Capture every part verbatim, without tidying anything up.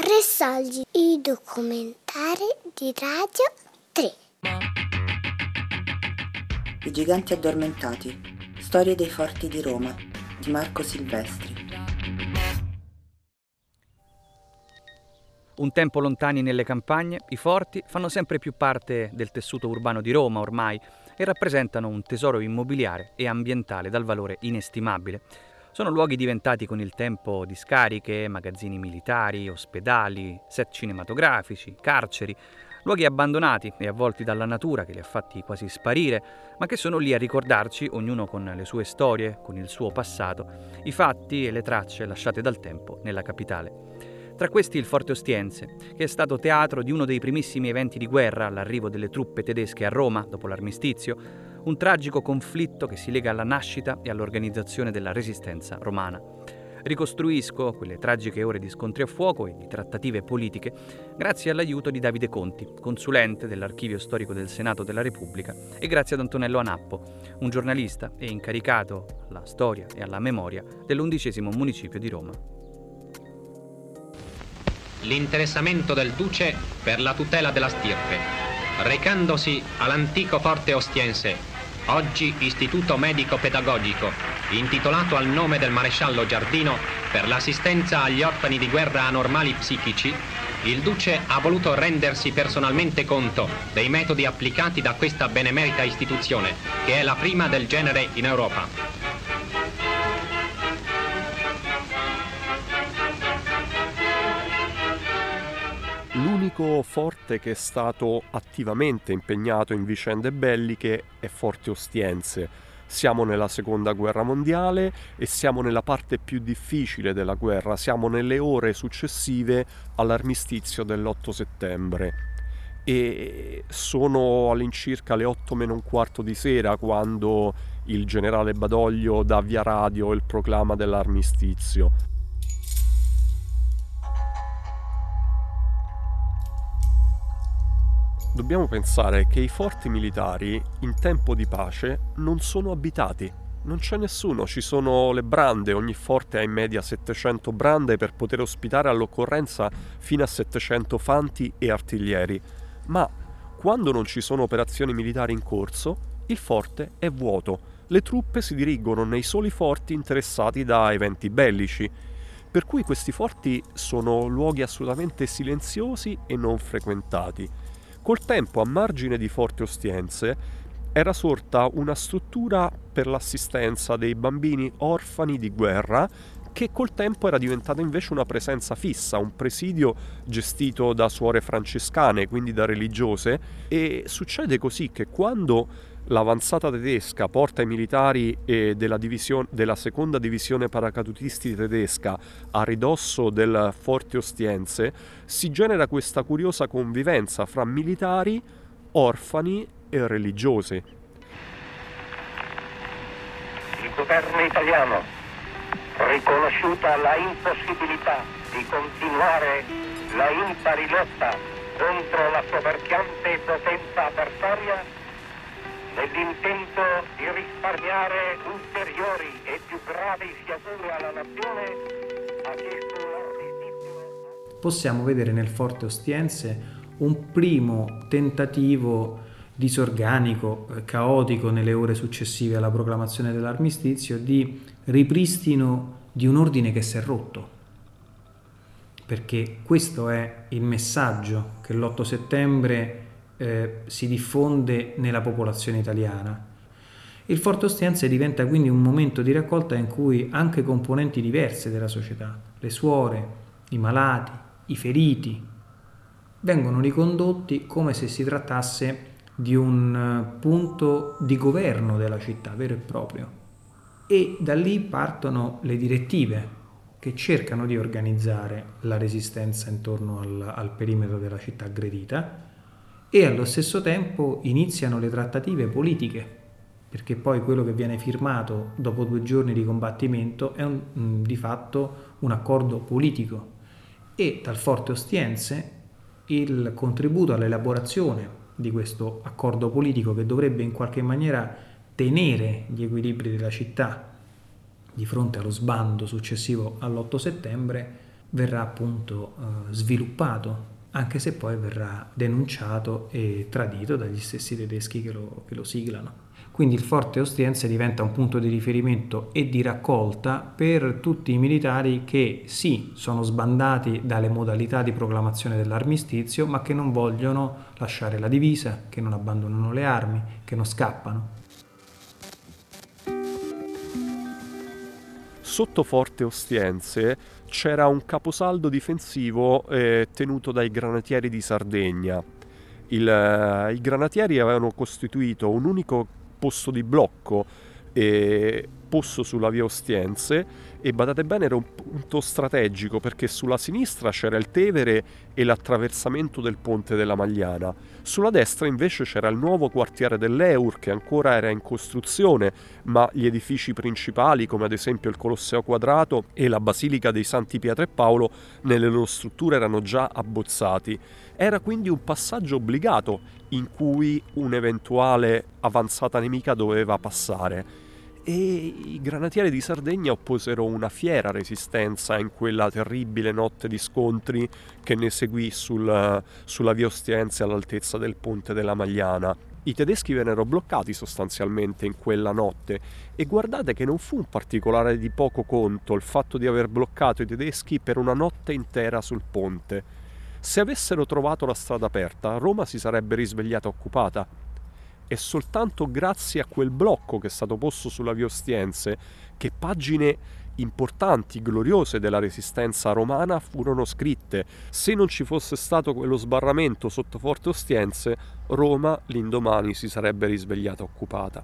Tre soldi, i documentari di Radio tre. I giganti addormentati. Storie dei forti di Roma di Marco Silvestri. Un tempo lontani nelle campagne, i forti fanno sempre più parte del tessuto urbano di Roma ormai e rappresentano un tesoro immobiliare e ambientale dal valore inestimabile. Sono luoghi diventati con il tempo discariche, magazzini militari, ospedali, set cinematografici, carceri, luoghi abbandonati e avvolti dalla natura che li ha fatti quasi sparire, ma che sono lì a ricordarci, ognuno con le sue storie, con il suo passato, i fatti e le tracce lasciate dal tempo nella capitale. Tra questi il Forte Ostiense, che è stato teatro di uno dei primissimi eventi di guerra all'arrivo delle truppe tedesche a Roma dopo l'armistizio, un tragico conflitto che si lega alla nascita e all'organizzazione della resistenza romana. Ricostruisco quelle tragiche ore di scontri a fuoco e di trattative politiche grazie all'aiuto di Davide Conti, consulente dell'Archivio Storico del Senato della Repubblica, e grazie ad Antonello Anappo, un giornalista e incaricato alla storia e alla memoria dell'undicesimo municipio di Roma. L'interessamento del Duce per la tutela della stirpe, recandosi all'antico Forte Ostiense, oggi Istituto Medico Pedagogico, intitolato al nome del maresciallo Giardino per l'assistenza agli orfani di guerra anormali psichici, il Duce ha voluto rendersi personalmente conto dei metodi applicati da questa benemerita istituzione, che è la prima del genere in Europa. L'unico forte che è stato attivamente impegnato in vicende belliche è Forte Ostiense. Siamo nella seconda guerra mondiale e siamo nella parte più difficile della guerra, siamo nelle ore successive all'armistizio dell'otto settembre e sono all'incirca le otto meno un quarto di sera quando il generale Badoglio dà via radio il proclama dell'armistizio. Dobbiamo pensare che i forti militari in tempo di pace non sono abitati, non c'è nessuno, ci sono le brande, ogni forte ha in media settecento brande per poter ospitare all'occorrenza fino a settecento fanti e artiglieri, ma quando non ci sono operazioni militari in corso, il forte è vuoto, le truppe si dirigono nei soli forti interessati da eventi bellici, per cui questi forti sono luoghi assolutamente silenziosi e non frequentati. Col tempo, a margine di Forte Ostiense, era sorta una struttura per l'assistenza dei bambini orfani di guerra che col tempo era diventata invece una presenza fissa, un presidio gestito da suore francescane, quindi da religiose, e succede così che quando l'avanzata tedesca porta i militari eh, della, divisione, della seconda divisione paracadutisti tedesca a ridosso del Forte Ostiense, si genera questa curiosa convivenza fra militari, orfani e religiosi. Il governo italiano, riconosciuta la impossibilità di continuare la impari lotta contro la soverchiante potenza avversaria, nell'intento di risparmiare ulteriori e più gravi sciagure alla nazione, ha chiesto l'armistizio. Possiamo vedere nel Forte Ostiense un primo tentativo disorganico, caotico nelle ore successive alla proclamazione dell'armistizio di ripristino di un ordine che si è rotto, perché questo è il messaggio che l'otto settembre Eh, si diffonde nella popolazione italiana. Il Forte Ostiense diventa quindi un momento di raccolta in cui anche componenti diverse della società, le suore, i malati, i feriti, vengono ricondotti come se si trattasse di un punto di governo della città vero e proprio, e da lì partono le direttive che cercano di organizzare la resistenza intorno al, al perimetro della città aggredita, e allo stesso tempo iniziano le trattative politiche, perché poi quello che viene firmato dopo due giorni di combattimento è un, di fatto un accordo politico, e dal Forte Ostiense il contributo all'elaborazione di questo accordo politico, che dovrebbe in qualche maniera tenere gli equilibri della città di fronte allo sbando successivo all'otto settembre, verrà appunto eh, sviluppato, anche se poi verrà denunciato e tradito dagli stessi tedeschi che lo, che lo siglano. Quindi il Forte Ostiense diventa un punto di riferimento e di raccolta per tutti i militari che sì, sono sbandati dalle modalità di proclamazione dell'armistizio, ma che non vogliono lasciare la divisa, che non abbandonano le armi, che non scappano. Sotto Forte Ostiense c'era un caposaldo difensivo eh, tenuto dai granatieri di Sardegna. Il, eh, I granatieri avevano costituito un unico posto di blocco eh, posto sulla via Ostiense, e badate bene, era un punto strategico perché sulla sinistra c'era il Tevere e l'attraversamento del ponte della Magliana, sulla destra invece c'era il nuovo quartiere dell'Eur che ancora era in costruzione, ma gli edifici principali come ad esempio il Colosseo Quadrato e la Basilica dei Santi Pietro e Paolo nelle loro strutture erano già abbozzati. Era quindi un passaggio obbligato in cui un'eventuale avanzata nemica doveva passare. E i granatieri di Sardegna opposero una fiera resistenza in quella terribile notte di scontri che ne seguì sul, sulla via Ostiense all'altezza del ponte della Magliana. I tedeschi vennero bloccati sostanzialmente in quella notte, e guardate che non fu un particolare di poco conto il fatto di aver bloccato i tedeschi per una notte intera sul ponte. Se avessero trovato la strada aperta, Roma si sarebbe risvegliata occupata. È soltanto grazie a quel blocco che è stato posto sulla via Ostiense che pagine importanti, gloriose della resistenza romana furono scritte. Se non ci fosse stato quello sbarramento sotto Forte Ostiense, Roma l'indomani si sarebbe risvegliata occupata.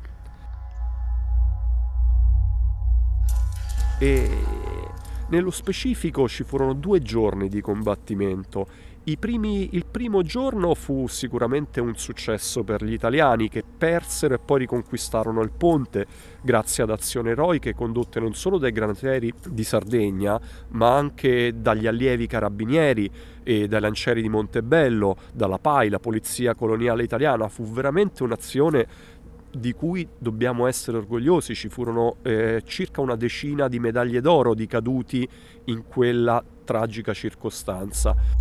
E nello specifico ci furono due giorni di combattimento. I primi, il primo giorno fu sicuramente un successo per gli italiani, che persero e poi riconquistarono il ponte grazie ad azioni eroiche condotte non solo dai granatieri di Sardegna, ma anche dagli allievi carabinieri e dai lancieri di Montebello, dalla P A I, la polizia coloniale italiana. Fu veramente un'azione di cui dobbiamo essere orgogliosi. Ci furono eh, circa una decina di medaglie d'oro di caduti in quella tragica circostanza.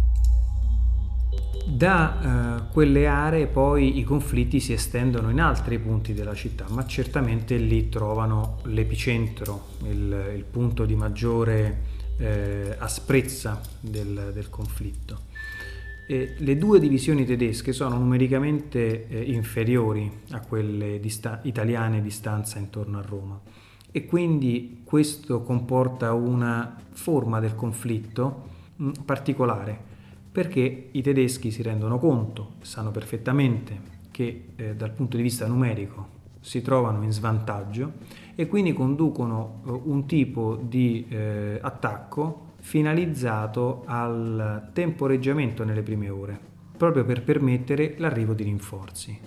Da eh, quelle aree poi i conflitti si estendono in altri punti della città, ma certamente lì trovano l'epicentro, il, il punto di maggiore eh, asprezza del, del conflitto. E le due divisioni tedesche sono numericamente eh, inferiori a quelle dista- italiane di stanza intorno a Roma, e quindi questo comporta una forma del conflitto mh, particolare, perché i tedeschi si rendono conto, sanno perfettamente che eh, dal punto di vista numerico si trovano in svantaggio, e quindi conducono eh, un tipo di eh, attacco finalizzato al temporeggiamento nelle prime ore, proprio per permettere l'arrivo di rinforzi.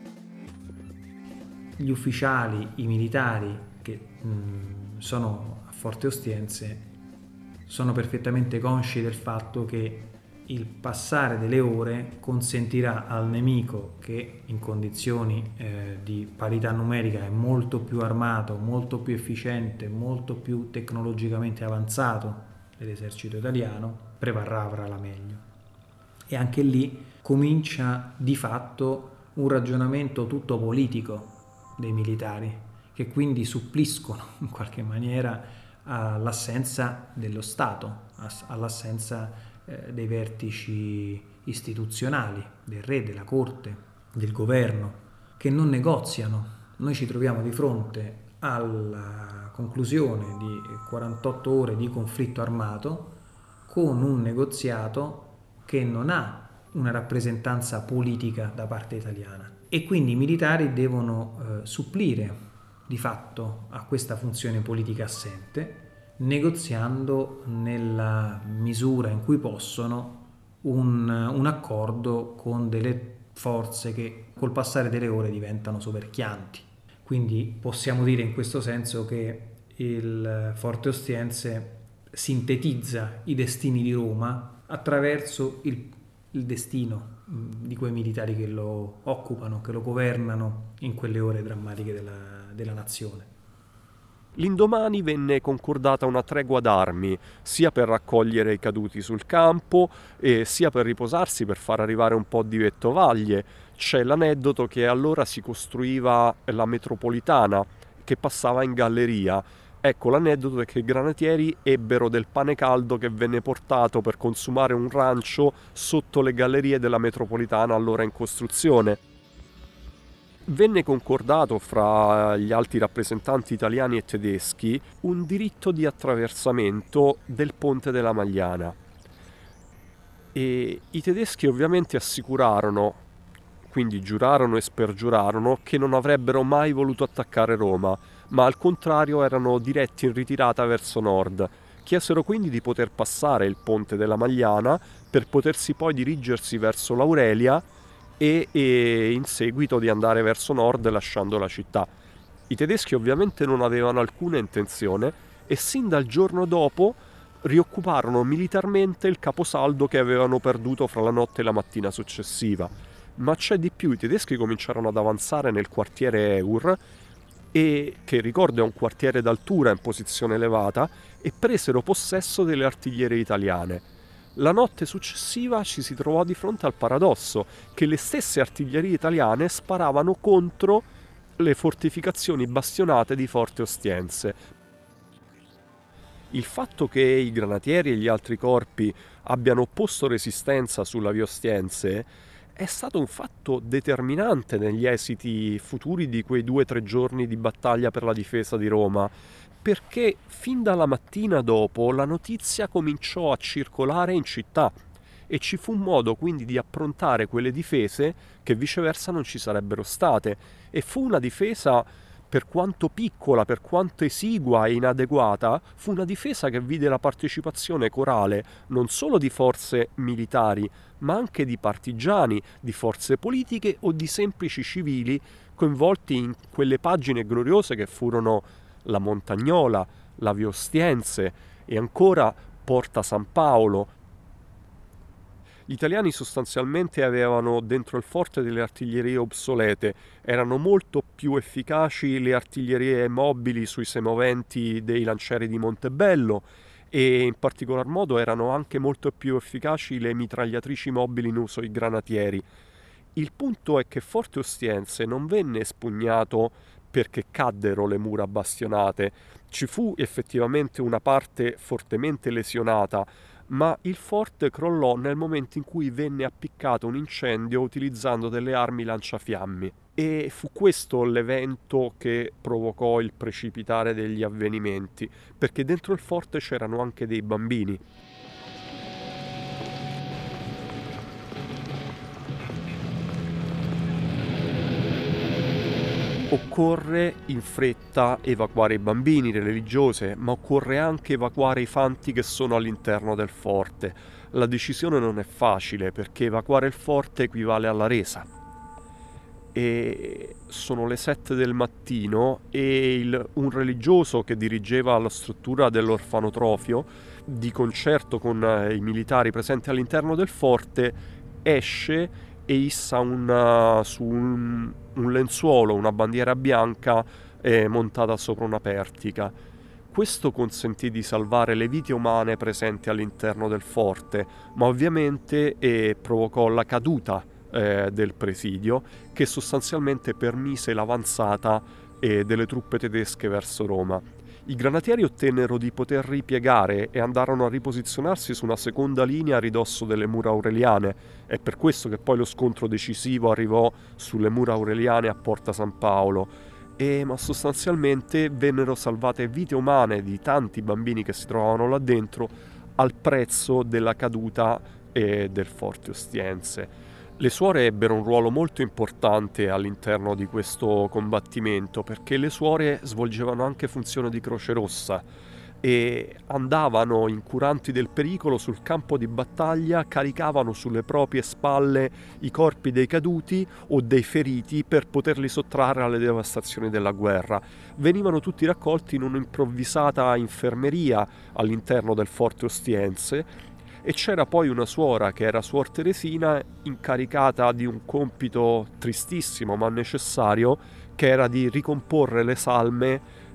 Gli ufficiali, i militari che mh, sono a Forte Ostiense sono perfettamente consci del fatto che il passare delle ore consentirà al nemico, che in condizioni eh, di parità numerica è molto più armato, molto più efficiente, molto più tecnologicamente avanzato dell'esercito italiano, prevarrà, avrà la meglio. E anche lì comincia di fatto un ragionamento tutto politico dei militari, che quindi suppliscono in qualche maniera all'assenza dello Stato, all'assenza dei vertici istituzionali, del re, della corte, del governo, che non negoziano. Noi ci troviamo di fronte alla conclusione di quarantotto ore di conflitto armato con un negoziato che non ha una rappresentanza politica da parte italiana, e quindi i militari devono eh, supplire di fatto a questa funzione politica assente, negoziando nella misura in cui possono un, un accordo con delle forze che col passare delle ore diventano soverchianti. Quindi possiamo dire in questo senso che il Forte Ostiense sintetizza i destini di Roma attraverso il, il destino di quei militari che lo occupano, che lo governano in quelle ore drammatiche della, della nazione. L'indomani venne concordata una tregua d'armi, sia per raccogliere i caduti sul campo, e sia per riposarsi, per far arrivare un po' di vettovaglie. C'è l'aneddoto che allora si costruiva la metropolitana, che passava in galleria. Ecco, l'aneddoto è che i granatieri ebbero del pane caldo che venne portato per consumare un rancio sotto le gallerie della metropolitana allora in costruzione. Venne concordato fra gli alti rappresentanti italiani e tedeschi un diritto di attraversamento del ponte della Magliana. E i tedeschi ovviamente assicurarono, quindi giurarono e spergiurarono, che non avrebbero mai voluto attaccare Roma, ma al contrario erano diretti in ritirata verso nord. Chiesero quindi di poter passare il ponte della Magliana per potersi poi dirigersi verso l'Aurelia e, e in seguito di andare verso nord lasciando la città. I tedeschi ovviamente non avevano alcuna intenzione e sin dal giorno dopo rioccuparono militarmente il caposaldo che avevano perduto fra la notte e la mattina successiva. Ma c'è di più, i tedeschi cominciarono ad avanzare nel quartiere Eur, e che ricordo è un quartiere d'altura in posizione elevata, e presero possesso delle artiglierie italiane. La notte successiva ci si trovò di fronte al paradosso che le stesse artiglierie italiane sparavano contro le fortificazioni bastionate di Forte Ostiense. Il fatto che i granatieri e gli altri corpi abbiano opposto resistenza sulla via Ostiense è stato un fatto determinante negli esiti futuri di quei due o tre giorni di battaglia per la difesa di Roma, perché fin dalla mattina dopo la notizia cominciò a circolare in città e ci fu modo quindi di approntare quelle difese che viceversa non ci sarebbero state, e fu una difesa, per quanto piccola, per quanto esigua e inadeguata, fu una difesa che vide la partecipazione corale non solo di forze militari, ma anche di partigiani, di forze politiche o di semplici civili coinvolti in quelle pagine gloriose che furono la Montagnola, la via Ostiense e ancora Porta San Paolo. Gli italiani sostanzialmente avevano dentro il forte delle artiglierie obsolete, erano molto più efficaci le artiglierie mobili sui semoventi dei lancieri di Montebello, e in particolar modo erano anche molto più efficaci le mitragliatrici mobili in uso ai granatieri. Il punto è che Forte Ostiense non venne espugnato perché caddero le mura bastionate. Ci fu effettivamente una parte fortemente lesionata, ma il forte crollò nel momento in cui venne appiccato un incendio utilizzando delle armi lanciafiamme. E fu questo l'evento che provocò il precipitare degli avvenimenti, perché dentro il forte c'erano anche dei bambini. Occorre in fretta evacuare i bambini, le religiose, ma occorre anche evacuare i fanti che sono all'interno del forte. La decisione non è facile, perché evacuare il forte equivale alla resa. E sono le sette del mattino e il, un religioso che dirigeva la struttura dell'orfanotrofio, di concerto con i militari presenti all'interno del forte, esce e issa una, su un, un lenzuolo una bandiera bianca eh, montata sopra una pertica. Questo consentì di salvare le vite umane presenti all'interno del forte, ma ovviamente eh, provocò la caduta eh, del presidio, che sostanzialmente permise l'avanzata eh, delle truppe tedesche verso Roma. I granatieri ottennero di poter ripiegare e andarono a riposizionarsi su una seconda linea a ridosso delle mura aureliane. È per questo che poi lo scontro decisivo arrivò sulle mura aureliane a Porta San Paolo. E, ma sostanzialmente vennero salvate vite umane di tanti bambini che si trovavano là dentro al prezzo della caduta eh, del Forte Ostiense. Le suore ebbero un ruolo molto importante all'interno di questo combattimento, perché le suore svolgevano anche funzione di Croce Rossa e andavano incuranti del pericolo sul campo di battaglia, caricavano sulle proprie spalle i corpi dei caduti o dei feriti per poterli sottrarre alle devastazioni della guerra. Venivano tutti raccolti in un'improvvisata infermeria all'interno del Forte Ostiense, e c'era poi una suora, che era Suor Teresina, incaricata di un compito tristissimo ma necessario, che era di ricomporre le salme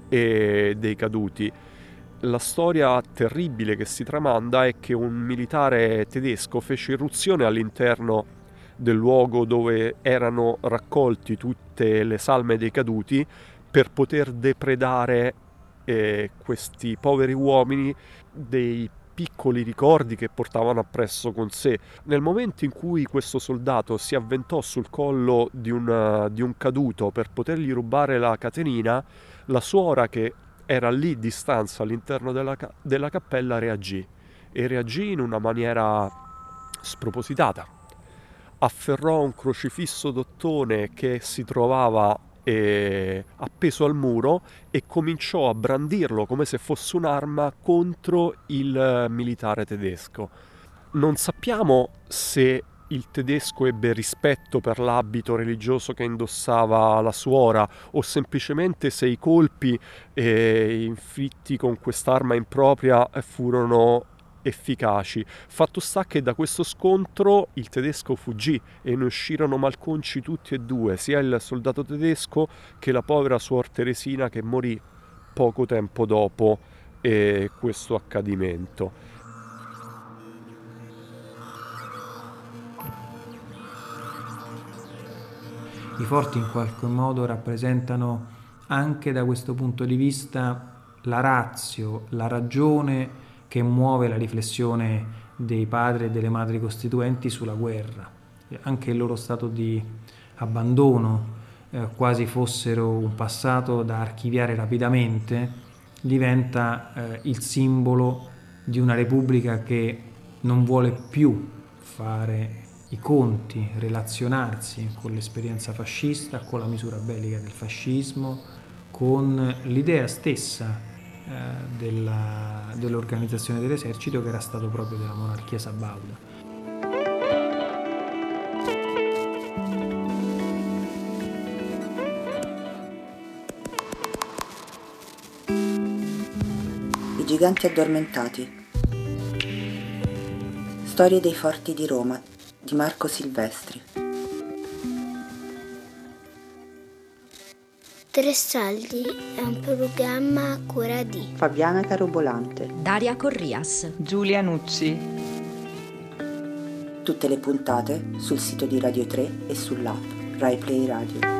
e dei caduti. La storia terribile che si tramanda è che un militare tedesco fece irruzione all'interno del luogo dove erano raccolti tutte le salme dei caduti per poter depredare eh, questi poveri uomini dei piccoli ricordi che portavano appresso con sé. Nel momento in cui questo soldato si avventò sul collo di un, di un caduto per potergli rubare la catenina, la suora, che era lì di stanza all'interno della, della cappella, reagì e reagì in una maniera spropositata. Afferrò un crocifisso d'ottone che si trovava eh, appeso al muro e cominciò a brandirlo come se fosse un'arma contro il militare tedesco. Non sappiamo se il tedesco ebbe rispetto per l'abito religioso che indossava la suora o semplicemente se i colpi eh, inflitti con quest'arma impropria furono efficaci. Fatto sta che da questo scontro il tedesco fuggì e ne uscirono malconci tutti e due, sia il soldato tedesco che la povera suor Teresina, che morì poco tempo dopo eh, questo accadimento. I forti in qualche modo rappresentano anche da questo punto di vista la ratio, la ragione che muove la riflessione dei padri e delle madri costituenti sulla guerra. Anche il loro stato di abbandono, eh, quasi fossero un passato da archiviare rapidamente, diventa eh, il simbolo di una Repubblica che non vuole più fare i conti, relazionarsi con l'esperienza fascista, con la misura bellica del fascismo, con l'idea stessa Della, dell'organizzazione dell'esercito, che era stato proprio della monarchia sabauda. I giganti addormentati. Storie dei forti di Roma di Marco Silvestri. Tre Soldi è un programma a cura di Fabiana Carobolante, Daria Corrias, Giulia Nucci. Tutte le puntate sul sito di Radio tre e sull'app Rai Play Radio.